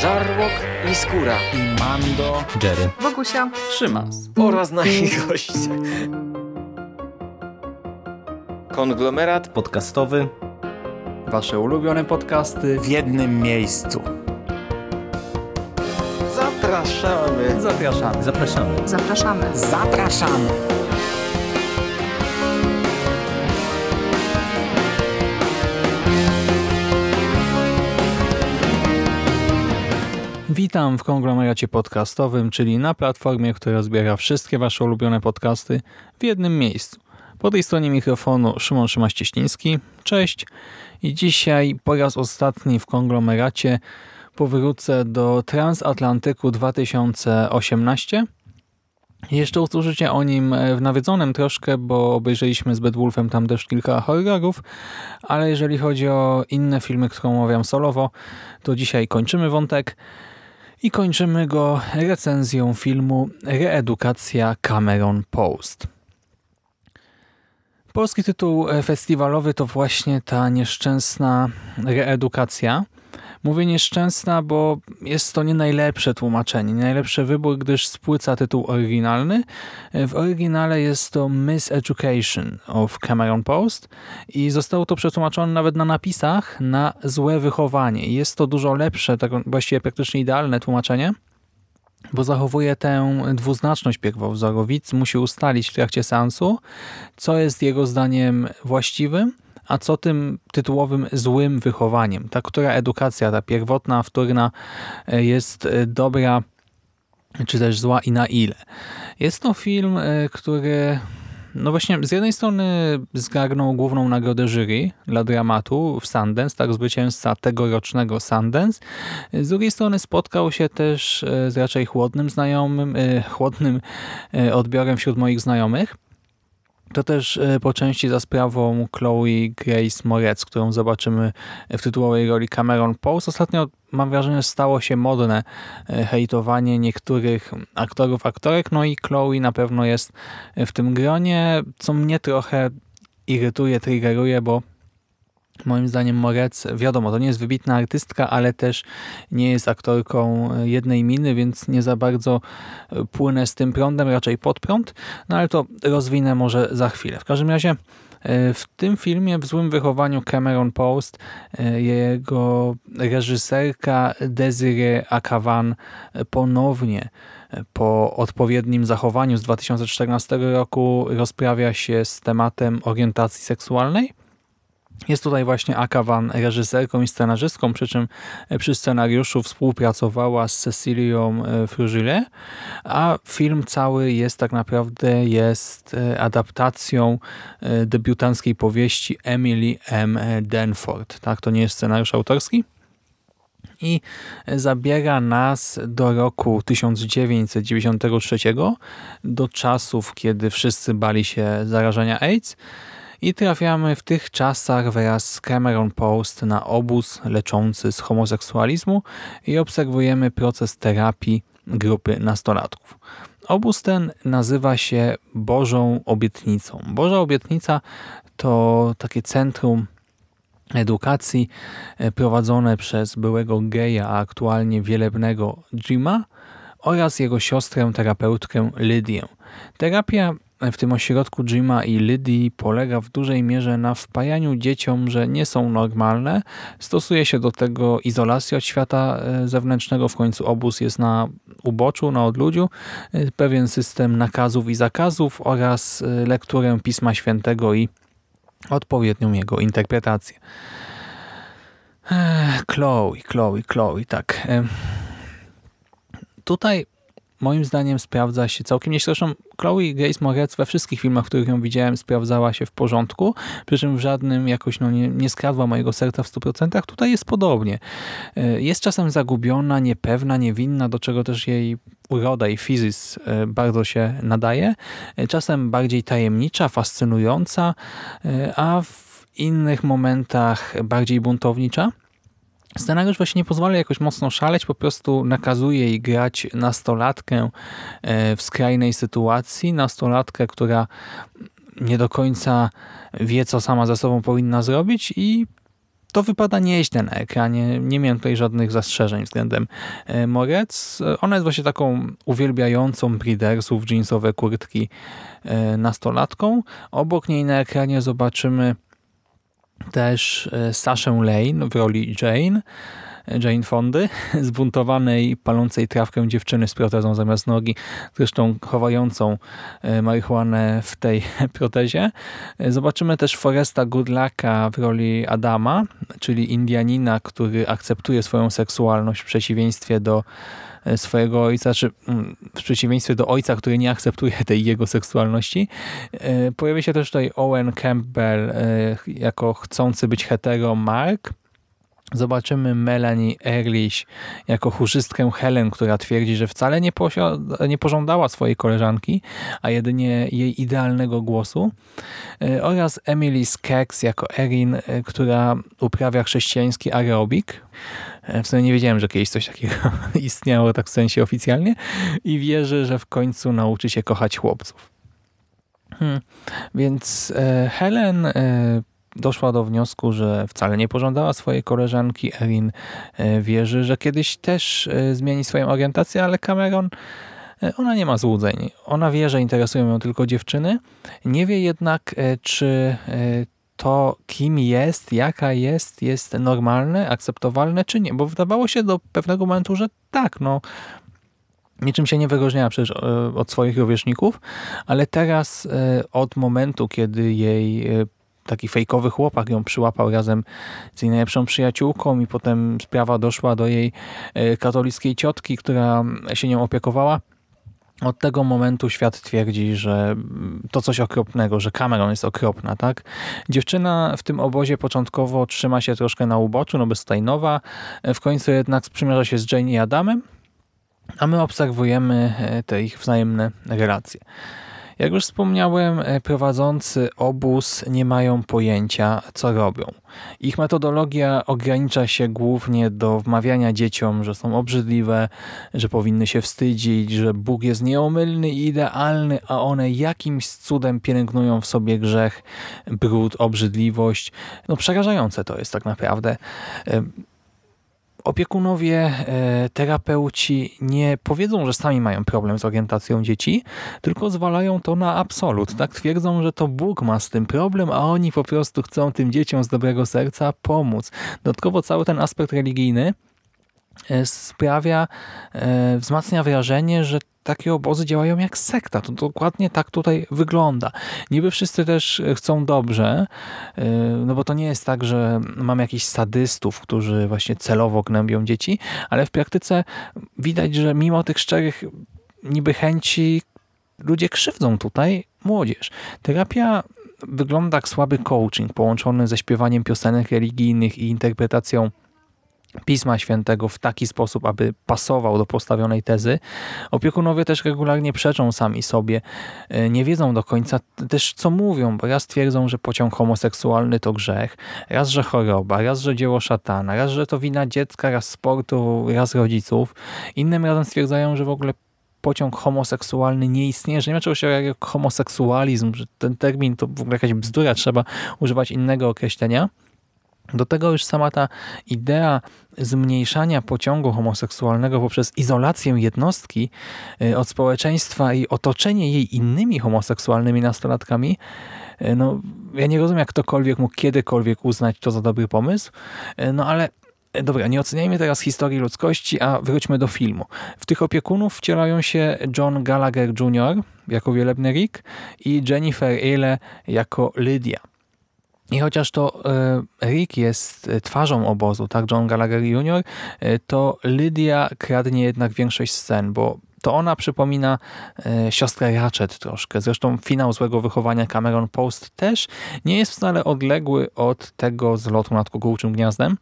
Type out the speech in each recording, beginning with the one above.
Żarłok i Skóra i Mando, Jerry, Wokusia, Szymas oraz nasi goście. Konglomerat podcastowy. Wasze ulubione podcasty w jednym miejscu. Zapraszamy. Zapraszamy. Zapraszamy. zapraszamy. Zapraszamy! Witam w konglomeracie podcastowym, czyli na platformie, która zbiera wszystkie wasze ulubione podcasty w jednym miejscu. Po tej stronie mikrofonu Szymon Szymaś-Cieśliński. Cześć. I dzisiaj po raz ostatni w konglomeracie powrócę do Transatlantyku 2018. Jeszcze usłyszycie o nim w nawiedzonym troszkę, bo obejrzeliśmy z Bad Wolfem tam też kilka horrorów, ale jeżeli chodzi o inne filmy, które omawiam solowo, to dzisiaj kończymy wątek i kończymy go recenzją filmu Reedukacja Cameron Post. Polski tytuł festiwalowy to właśnie ta nieszczęsna reedukacja. Mówię nieszczęsna, bo jest to nie najlepsze tłumaczenie, nie najlepszy wybór, gdyż spłyca tytuł oryginalny. W oryginale jest to Miseducation of Cameron Post i zostało to przetłumaczone nawet na napisach na złe wychowanie. Jest to dużo lepsze, tak właściwie praktycznie idealne tłumaczenie, bo zachowuje tę dwuznaczność pierwowzoru. Widz musi ustalić w trakcie seansu, co jest jego zdaniem właściwym, a co tym tytułowym złym wychowaniem. Ta, która edukacja, ta pierwotna, wtórna jest dobra, czy też zła i na ile. Jest to film, który no właśnie z jednej strony zgarnął główną nagrodę jury dla dramatu w Sundance, tak, zwycięzca tegorocznego Sundance. Z drugiej strony spotkał się też z raczej chłodnym odbiorem wśród moich znajomych. To też po części za sprawą Chloe Grace Moretz, którą zobaczymy w tytułowej roli Cameron Post. Ostatnio mam wrażenie, że stało się modne hejtowanie niektórych aktorów, aktorek, no i Chloe na pewno jest w tym gronie, co mnie trochę irytuje, triggeruje, bo moim zdaniem Moretz, wiadomo, to nie jest wybitna artystka, ale też nie jest aktorką jednej miny, więc nie za bardzo płynę z tym prądem, raczej pod prąd, no ale to rozwinę może za chwilę. W każdym razie w tym filmie, w Złym wychowaniu Cameron Post, jego reżyserka Desiree Akhavan ponownie po odpowiednim zachowaniu z 2014 roku rozprawia się z tematem orientacji seksualnej. Jest tutaj właśnie Akhavan reżyserką i scenarzystką, przy czym przy scenariuszu współpracowała z Cecilią Frugile, a film cały jest tak naprawdę adaptacją debiutanckiej powieści Emily M. Denford. Tak, to nie jest scenariusz autorski. I zabiera nas do roku 1993, do czasów, kiedy wszyscy bali się zarażenia AIDS. I trafiamy w tych czasach wraz z Cameron Post na obóz leczący z homoseksualizmu i obserwujemy proces terapii grupy nastolatków. Obóz ten nazywa się Bożą Obietnicą. Boża Obietnica to takie centrum edukacji prowadzone przez byłego geja, a aktualnie wielebnego Jima oraz jego siostrę, terapeutkę Lydię. Terapia w tym ośrodku Jima i Lydii polega w dużej mierze na wpajaniu dzieciom, że nie są normalne. Stosuje się do tego izolację od świata zewnętrznego. W końcu obóz jest na uboczu, na odludziu. Pewien system nakazów i zakazów oraz lekturę Pisma Świętego i odpowiednią jego interpretację. Chloe, tak. Tutaj moim zdaniem sprawdza się całkiem nieźle. Zresztą Chloe Grace Moretz we wszystkich filmach, w których ją widziałem, sprawdzała się w porządku, przy czym w żadnym jakoś nie skradła mojego serca w 100%. Tutaj jest podobnie. Jest czasem zagubiona, niepewna, niewinna, do czego też jej uroda i fizys bardzo się nadaje. Czasem bardziej tajemnicza, fascynująca, a w innych momentach bardziej buntownicza. Scenariusz właśnie nie pozwala jakoś mocno szaleć, po prostu nakazuje jej grać nastolatkę w skrajnej sytuacji, nastolatkę, która nie do końca wie, co sama ze sobą powinna zrobić i to wypada nieźle na ekranie. Nie miałem tutaj żadnych zastrzeżeń względem Moretz. Ona jest właśnie taką uwielbiającą Breedersów, jeansowe kurtki nastolatką. Obok niej na ekranie zobaczymy też Saszę Lane w roli Jane Fondy, zbuntowanej, palącej trawkę dziewczyny z protezą zamiast nogi, zresztą chowającą marihuanę w tej protezie. Zobaczymy też Foresta Goodlucka w roli Adama, czyli Indianina, który akceptuje swoją seksualność w przeciwieństwie do swojego ojca, czy w przeciwieństwie do ojca, który nie akceptuje tej jego seksualności. Pojawia się też tutaj Owen Campbell jako chcący być hetero Mark. Zobaczymy Melanie Ehrlich jako chórzystkę Helen, która twierdzi, że wcale nie pożądała swojej koleżanki, a jedynie jej idealnego głosu. Oraz Emily Skeggs jako Erin, która uprawia chrześcijański aerobik. W sumie nie wiedziałem, że kiedyś coś takiego istniało tak w sensie oficjalnie. I wierzy, że w końcu nauczy się kochać chłopców. Więc Helen doszła do wniosku, że wcale nie pożądała swojej koleżanki. Erin wierzy, że kiedyś też zmieni swoją orientację, ale Cameron, ona nie ma złudzeń. Ona wie, że interesują ją tylko dziewczyny. Nie wie jednak, czy to, kim jest, jaka jest normalne, akceptowalne, czy nie. Bo wydawało się do pewnego momentu, że tak, no niczym się nie wyróżniała przecież od swoich rówieśników, ale teraz od momentu, kiedy jej taki fejkowy chłopak ją przyłapał razem z jej najlepszą przyjaciółką i potem sprawa doszła do jej katolickiej ciotki, która się nią opiekowała. Od tego momentu świat twierdzi, że to coś okropnego, że Cameron jest okropna, tak? Dziewczyna w tym obozie początkowo trzyma się troszkę na uboczu, no bo jest tutaj nowa. W końcu jednak sprzymierza się z Jane i Adamem, a my obserwujemy te ich wzajemne relacje. Jak już wspomniałem, prowadzący obóz nie mają pojęcia, co robią. Ich metodologia ogranicza się głównie do wmawiania dzieciom, że są obrzydliwe, że powinny się wstydzić, że Bóg jest nieomylny i idealny, a one jakimś cudem pielęgnują w sobie grzech, brud, obrzydliwość. No przerażające to jest tak naprawdę. Opiekunowie, terapeuci nie powiedzą, że sami mają problem z orientacją dzieci, tylko zwalają to na absolut. Tak twierdzą, że to Bóg ma z tym problem, a oni po prostu chcą tym dzieciom z dobrego serca pomóc. Dodatkowo cały ten aspekt religijny wzmacnia wrażenie, że takie obozy działają jak sekta. To dokładnie tak tutaj wygląda. Niby wszyscy też chcą dobrze, no bo to nie jest tak, że mamy jakichś sadystów, którzy właśnie celowo gnębią dzieci, ale w praktyce widać, że mimo tych szczerych niby chęci ludzie krzywdzą tutaj młodzież. Terapia wygląda jak słaby coaching połączony ze śpiewaniem piosenek religijnych i interpretacją Pisma Świętego w taki sposób, aby pasował do postawionej tezy. Opiekunowie też regularnie przeczą sami sobie. Nie wiedzą do końca też, co mówią, bo raz twierdzą, że pociąg homoseksualny to grzech, raz, że choroba, raz, że dzieło szatana, raz, że to wina dziecka, raz sportu, raz rodziców. Innym razem stwierdzają, że w ogóle pociąg homoseksualny nie istnieje, że nie ma czegoś jak homoseksualizm, że ten termin to w ogóle jakaś bzdura, trzeba używać innego określenia. Do tego już sama ta idea zmniejszania pociągu homoseksualnego poprzez izolację jednostki od społeczeństwa i otoczenie jej innymi homoseksualnymi nastolatkami, no ja nie rozumiem, jak ktokolwiek mógł kiedykolwiek uznać to za dobry pomysł, no ale dobra, nie oceniajmy teraz historii ludzkości, a wróćmy do filmu. W tych opiekunów wcielają się John Gallagher Jr. jako wielebny Rick i Jennifer Ehle jako Lydia. I chociaż to Rick jest twarzą obozu, tak, John Gallagher Jr., to Lydia kradnie jednak większość scen, bo to ona przypomina siostrę Ratched troszkę. Zresztą finał Złego wychowania Cameron Post też nie jest wcale odległy od tego z Lotu nad Kukułczym Gniazdem.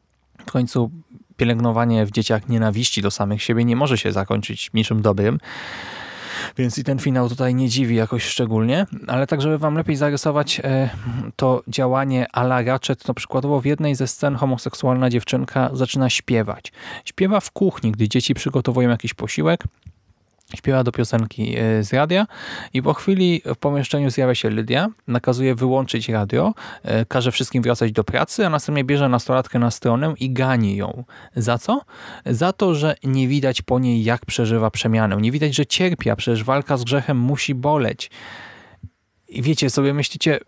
W końcu pielęgnowanie w dzieciach nienawiści do samych siebie nie może się zakończyć niczym dobrym. Więc i ten finał tutaj nie dziwi jakoś szczególnie, ale tak, żeby wam lepiej zarysować to działanie a la Ratched, to przykładowo w jednej ze scen homoseksualna dziewczynka zaczyna śpiewać. Śpiewa w kuchni, gdy dzieci przygotowują jakiś posiłek śpiewa do piosenki z radia i po chwili w pomieszczeniu zjawia się Lydia, nakazuje wyłączyć radio, każe wszystkim wracać do pracy, a następnie bierze nastolatkę na stronę i gani ją. Za co? Za to, że nie widać po niej, jak przeżywa przemianę. Nie widać, że cierpi, a przecież walka z grzechem musi boleć. I wiecie, sobie myślicie,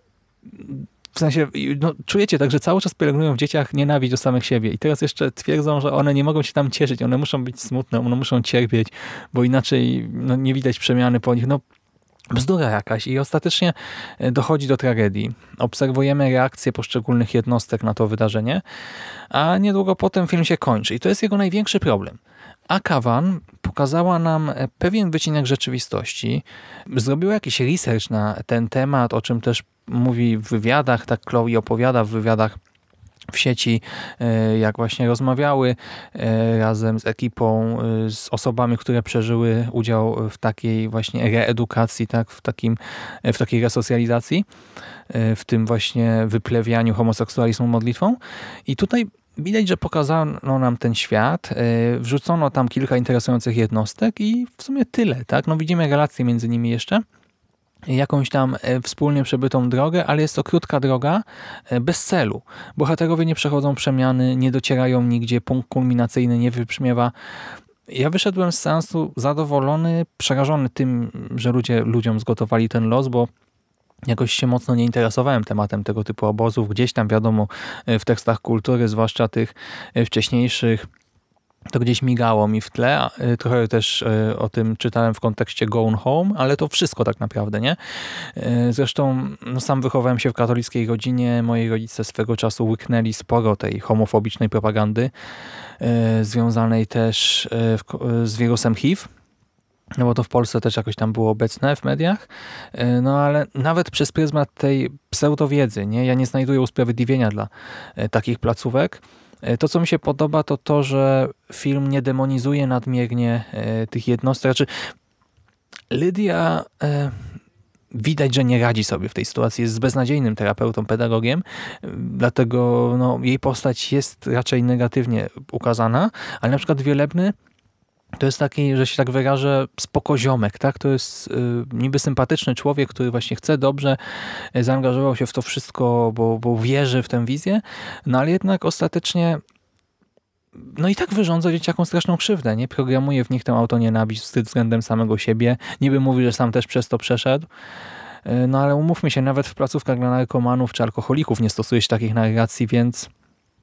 w sensie, no, czujecie tak, że cały czas pielęgnują w dzieciach nienawiść do samych siebie i teraz jeszcze twierdzą, że one nie mogą się tam cieszyć, one muszą być smutne, one muszą cierpieć, bo inaczej no, nie widać przemiany po nich. No, bzdura jakaś i ostatecznie dochodzi do tragedii. Obserwujemy reakcje poszczególnych jednostek na to wydarzenie, a niedługo potem film się kończy i to jest jego największy problem. Akawan pokazała nam pewien wycinek rzeczywistości, zrobiła jakiś research na ten temat, o czym też mówi w wywiadach, tak Chloe opowiada w wywiadach w sieci, jak właśnie rozmawiały razem z ekipą, z osobami, które przeżyły udział w takiej właśnie reedukacji, tak, w takiej resocjalizacji, w tym właśnie wyplewianiu homoseksualizmu modlitwą. I tutaj widać, że pokazano nam ten świat, wrzucono tam kilka interesujących jednostek i w sumie tyle, tak? No widzimy relacje między nimi jeszcze, jakąś tam wspólnie przebytą drogę, ale jest to krótka droga bez celu. Bohaterowie nie przechodzą przemiany, nie docierają nigdzie, punkt kulminacyjny nie wybrzmiewa. Ja wyszedłem z seansu zadowolony, przerażony tym, że ludziom zgotowali ten los, bo jakoś się mocno nie interesowałem tematem tego typu obozów. Gdzieś tam wiadomo w tekstach kultury, zwłaszcza tych wcześniejszych, to gdzieś migało mi w tle. Trochę też o tym czytałem w kontekście Gone Home, ale to wszystko tak naprawdę, nie? Zresztą no, sam wychowałem się w katolickiej rodzinie. Moi rodzice swego czasu łyknęli sporo tej homofobicznej propagandy związanej też z wirusem HIV. No bo to w Polsce też jakoś tam było obecne w mediach. No ale nawet przez pryzmat tej pseudowiedzy, nie? Ja nie znajduję usprawiedliwienia dla takich placówek. To, co mi się podoba, to to, że film nie demonizuje nadmiernie tych jednostek. Znaczy, Lydia widać, że nie radzi sobie w tej sytuacji. Jest beznadziejnym terapeutą, pedagogiem, dlatego no, jej postać jest raczej negatywnie ukazana, ale na przykład Wielebny to jest taki, że się tak wyrażę, spokoziomek, tak? To jest niby sympatyczny człowiek, który właśnie chce dobrze, zaangażował się w to wszystko, bo wierzy w tę wizję, no ale jednak ostatecznie no i tak wyrządza dzieciakom straszną krzywdę, nie? Programuje w nich tę autonienawiść, wstyd względem samego siebie. Niby mówi, że sam też przez to przeszedł. No ale umówmy się, nawet w placówkach dla narkomanów czy alkoholików nie stosuje się takich narracji, więc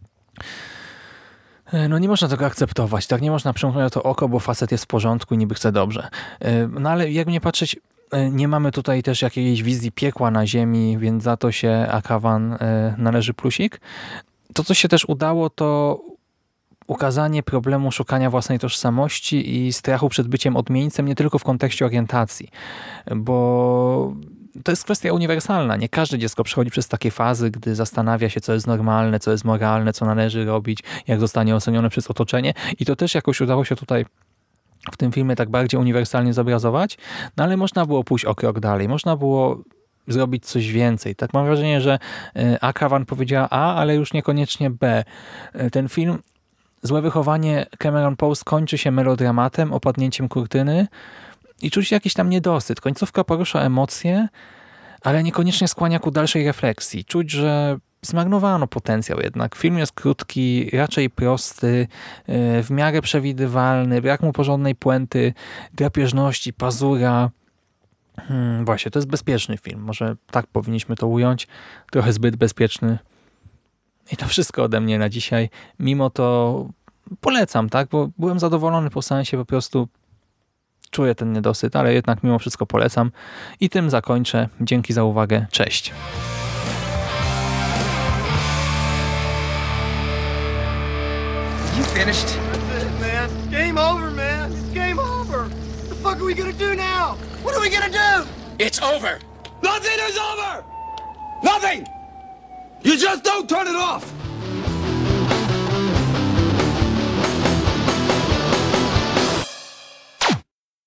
no nie można tego akceptować, tak? Nie można przymknąć na to oko, bo facet jest w porządku i niby chce dobrze. No ale jak nie patrzeć, nie mamy tutaj też jakiejś wizji piekła na ziemi, więc za to się Akawan należy plusik. To, co się też udało, to ukazanie problemu szukania własnej tożsamości i strachu przed byciem odmieńcem nie tylko w kontekście orientacji, bo to jest kwestia uniwersalna. Nie każde dziecko przechodzi przez takie fazy, gdy zastanawia się, co jest normalne, co jest moralne, co należy robić, jak zostanie ocenione przez otoczenie. I to też jakoś udało się tutaj w tym filmie tak bardziej uniwersalnie zobrazować, no ale można było pójść o krok dalej. Można było zrobić coś więcej. Tak mam wrażenie, że Akawan powiedziała A, ale już niekoniecznie B. Ten film Złe wychowanie Cameron Post kończy się melodramatem, opadnięciem kurtyny i czuć jakiś tam niedosyt. Końcówka porusza emocje, ale niekoniecznie skłania ku dalszej refleksji. Czuć, że zmarnowano potencjał jednak. Film jest krótki, raczej prosty, w miarę przewidywalny, brak mu porządnej puenty, drapieżności, pazura. Właśnie, to jest bezpieczny film. Może tak powinniśmy to ująć. Trochę zbyt bezpieczny. I to wszystko ode mnie na dzisiaj. Mimo to polecam, tak? Bo byłem zadowolony po seansie, po prostu czuję ten niedosyt, ale jednak mimo wszystko polecam. I tym zakończę. Dzięki za uwagę. Cześć. You finished? That's it, man. Game over, man. It's game over. What the fuck are we gonna do now? What are we gonna do? It's over. Nothing is over! Nothing! You just don't turn it off!